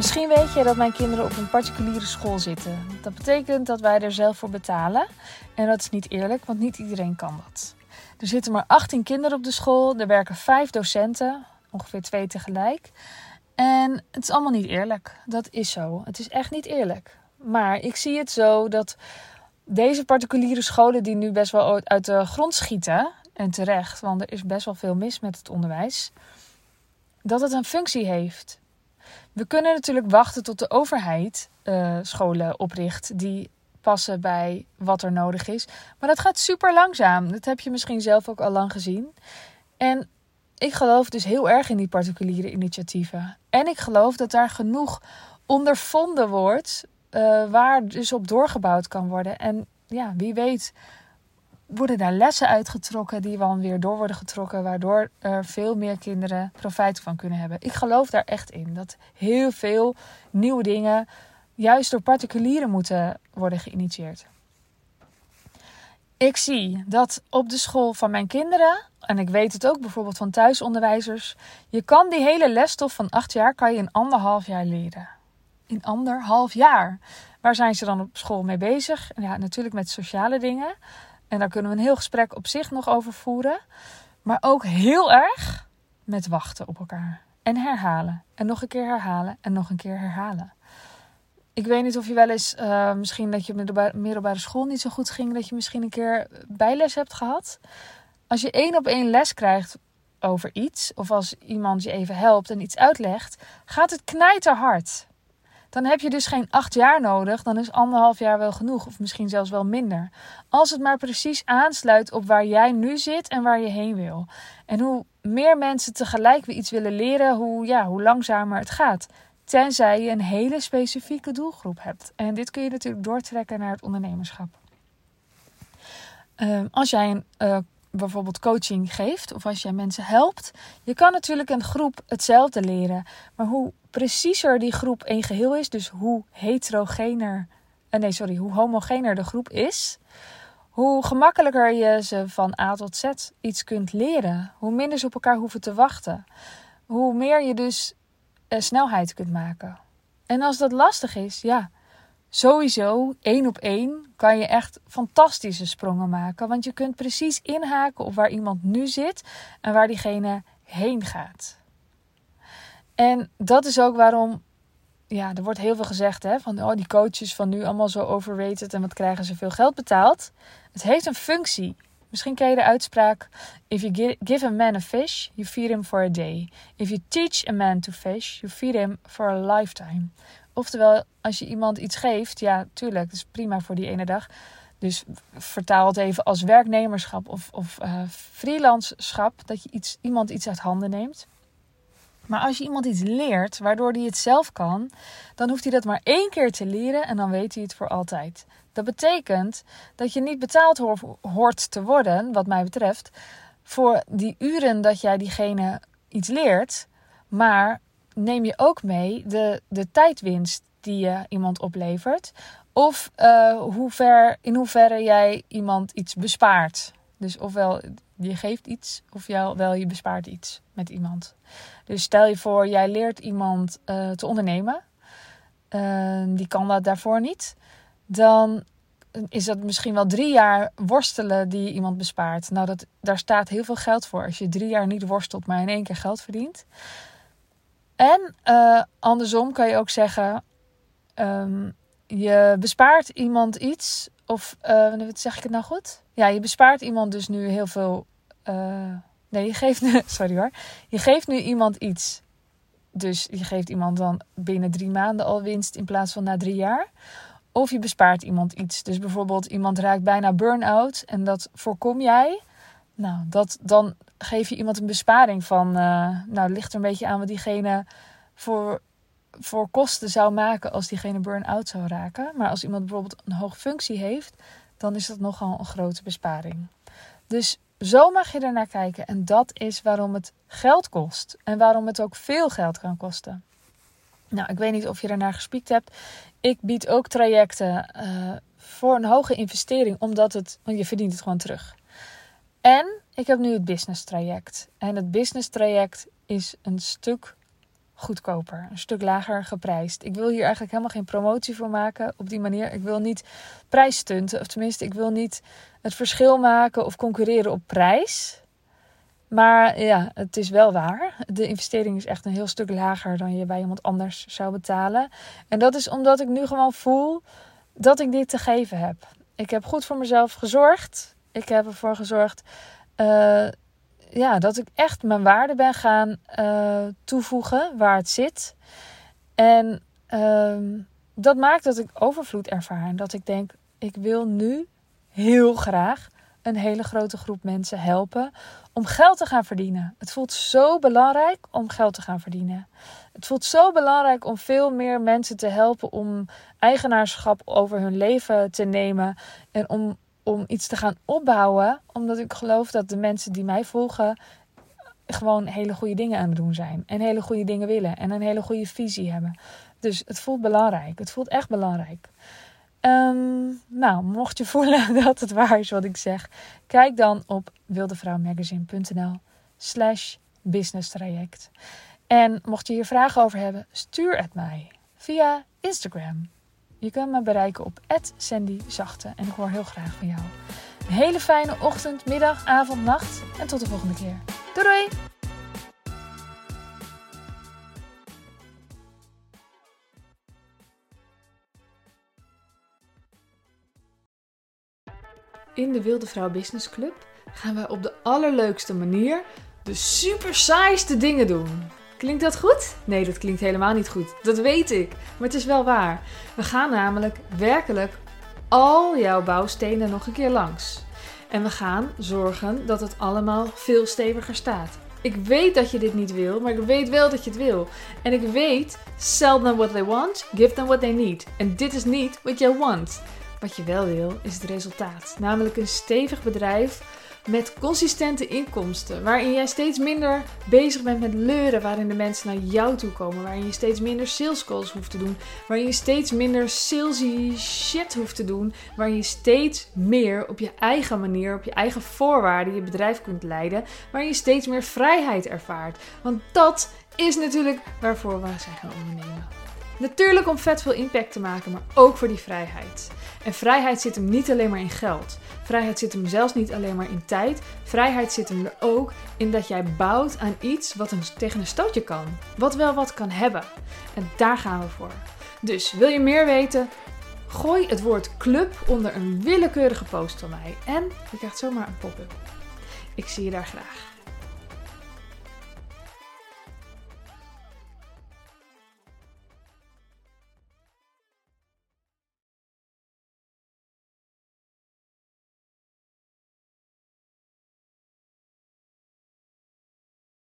Misschien weet je dat mijn kinderen op een particuliere school zitten. Dat betekent dat wij er zelf voor betalen. En dat is niet eerlijk, want niet iedereen kan dat. Er zitten maar 18 kinderen op de school. Er werken 5 docenten, ongeveer 2 tegelijk. En het is allemaal niet eerlijk. Dat is zo. Het is echt niet eerlijk. Maar ik zie het zo dat deze particuliere scholen die nu best wel uit de grond schieten, en terecht, want er is best wel veel mis met het onderwijs, dat het een functie heeft. We kunnen natuurlijk wachten tot de overheid scholen opricht die passen bij wat er nodig is. Maar dat gaat super langzaam. Dat heb je misschien zelf ook al lang gezien. En ik geloof dus heel erg in die particuliere initiatieven. En ik geloof dat daar genoeg ondervonden wordt waar dus op doorgebouwd kan worden. En ja, wie weet worden daar lessen uitgetrokken die dan weer door worden getrokken, waardoor er veel meer kinderen profijt van kunnen hebben. Ik geloof daar echt in, dat heel veel nieuwe dingen juist door particulieren moeten worden geïnitieerd. Ik zie dat op de school van mijn kinderen, en ik weet het ook bijvoorbeeld van thuisonderwijzers, je kan die hele lesstof van 8 jaar kan je in 1,5 jaar leren. In 1,5 jaar. Waar zijn ze dan op school mee bezig? Ja, natuurlijk met sociale dingen. En daar kunnen we een heel gesprek op zich nog over voeren. Maar ook heel erg met wachten op elkaar. En herhalen. En nog een keer herhalen. En nog een keer herhalen. Ik weet niet of je wel eens, misschien dat je op de middelbare school niet zo goed ging. Dat je misschien een keer bijles hebt gehad. Als je 1-op-1 les krijgt over iets. Of als iemand je even helpt en iets uitlegt. Gaat het knijterhard. Dan heb je dus geen 8 jaar nodig. Dan is 1,5 jaar wel genoeg. Of misschien zelfs wel minder. Als het maar precies aansluit op waar jij nu zit en waar je heen wil. En hoe meer mensen tegelijk weer iets willen leren, hoe langzamer het gaat. Tenzij je een hele specifieke doelgroep hebt. En dit kun je natuurlijk doortrekken naar het ondernemerschap. Als jij bijvoorbeeld coaching geeft of als jij mensen helpt. Je kan natuurlijk een groep hetzelfde leren. Maar hoe preciezer die groep één geheel is. Dus hoe homogener de groep is. Hoe gemakkelijker je ze van A tot Z iets kunt leren. Hoe minder ze op elkaar hoeven te wachten. Hoe meer je dus snelheid kunt maken. En als dat lastig is, ja, sowieso 1-op-1 kan je echt fantastische sprongen maken. Want je kunt precies inhaken op waar iemand nu zit en waar diegene heen gaat. En dat is ook waarom, ja, er wordt heel veel gezegd, hè, van die coaches van nu allemaal zo overrated en wat krijgen ze veel geld betaald. Het heeft een functie. Misschien ken je de uitspraak: if you give a man a fish, you feed him for a day. If you teach a man to fish, you feed him for a lifetime. Oftewel, als je iemand iets geeft, ja, tuurlijk, dat is prima voor die ene dag. Dus vertaal het even als werknemerschap of freelancerschap, dat je iemand iets uit handen neemt. Maar als je iemand iets leert, waardoor hij het zelf kan, dan hoeft hij dat maar 1 keer te leren en dan weet hij het voor altijd. Dat betekent dat je niet betaald hoort te worden, wat mij betreft, voor die uren dat jij diegene iets leert. Maar neem je ook mee de tijdwinst die je iemand oplevert. Of in hoeverre jij iemand iets bespaart. Dus ofwel je geeft iets, ofwel je bespaart iets met iemand. Dus stel je voor, jij leert iemand te ondernemen. Die kan dat daarvoor niet. Dan is dat misschien wel 3 jaar worstelen die je iemand bespaart. Nou, daar staat heel veel geld voor. Als je 3 jaar niet worstelt, maar in 1 keer geld verdient. En andersom kan je ook zeggen, je bespaart iemand iets. Of, zeg ik het nou goed? Ja, je bespaart iemand dus nu heel veel. Je geeft nu iemand iets. Dus je geeft iemand dan binnen 3 maanden al winst in plaats van na 3 jaar. Of je bespaart iemand iets. Dus bijvoorbeeld iemand raakt bijna burn-out en dat voorkom jij. Nou, dan geef je iemand een besparing van, het ligt er een beetje aan wat diegene voor kosten zou maken als diegene burn-out zou raken. Maar als iemand bijvoorbeeld een hoge functie heeft, dan is dat nogal een grote besparing. Dus zo mag je ernaar kijken. En dat is waarom het geld kost. En waarom het ook veel geld kan kosten. Nou, ik weet niet of je daarnaar gespiekt hebt. Ik bied ook trajecten voor een hoge investering, want je verdient het gewoon terug. En ik heb nu het business traject. En het business traject is een stuk goedkoper, een stuk lager geprijsd. Ik wil hier eigenlijk helemaal geen promotie voor maken op die manier. Ik wil niet prijsstunten, of tenminste, ik wil niet het verschil maken of concurreren op prijs. Maar ja, het is wel waar. De investering is echt een heel stuk lager dan je bij iemand anders zou betalen. En dat is omdat ik nu gewoon voel dat ik dit te geven heb. Ik heb goed voor mezelf gezorgd. Ik heb ervoor gezorgd dat ik echt mijn waarde ben gaan toevoegen waar het zit. En dat maakt dat ik overvloed ervaar. En dat ik denk, ik wil nu heel graag een hele grote groep mensen helpen om geld te gaan verdienen. Het voelt zo belangrijk om geld te gaan verdienen. Het voelt zo belangrijk om veel meer mensen te helpen om eigenaarschap over hun leven te nemen en om iets te gaan opbouwen. Omdat ik geloof dat de mensen die mij volgen gewoon hele goede dingen aan het doen zijn. En hele goede dingen willen. En een hele goede visie hebben. Dus het voelt belangrijk. Het voelt echt belangrijk. Mocht je voelen dat het waar is wat ik zeg, kijk dan op wildevrouwmagazine.nl/businesstraject. En mocht je hier vragen over hebben, stuur het mij via Instagram. Je kunt me bereiken op @sandyzachte en ik hoor heel graag van jou. Een hele fijne ochtend, middag, avond, nacht en tot de volgende keer. Doei doei! In de Wilde Vrouw Business Club gaan we op de allerleukste manier de super saaiste dingen doen. Klinkt dat goed? Nee, dat klinkt helemaal niet goed. Dat weet ik. Maar het is wel waar. We gaan namelijk werkelijk al jouw bouwstenen nog een keer langs. En we gaan zorgen dat het allemaal veel steviger staat. Ik weet dat je dit niet wil, maar ik weet wel dat je het wil. En ik weet, sell them what they want, give them what they need. En dit is niet what you want. Wat je wel wil, is het resultaat. Namelijk een stevig bedrijf met consistente inkomsten. Waarin jij steeds minder bezig bent met leuren. Waarin de mensen naar jou toe komen. Waarin je steeds minder sales calls hoeft te doen. Waarin je steeds minder salesy shit hoeft te doen. Waarin je steeds meer op je eigen manier, op je eigen voorwaarden je bedrijf kunt leiden. Waarin je steeds meer vrijheid ervaart. Want dat is natuurlijk waarvoor we zijn gaan ondernemen. Natuurlijk om vet veel impact te maken, maar ook voor die vrijheid. En vrijheid zit hem niet alleen maar in geld. Vrijheid zit hem zelfs niet alleen maar in tijd. Vrijheid zit hem er ook in dat jij bouwt aan iets wat tegen een stootje kan. Wat wel wat kan hebben. En daar gaan we voor. Dus wil je meer weten? Gooi het woord club onder een willekeurige post van mij. En je krijgt zomaar een pop-up. Ik zie je daar graag.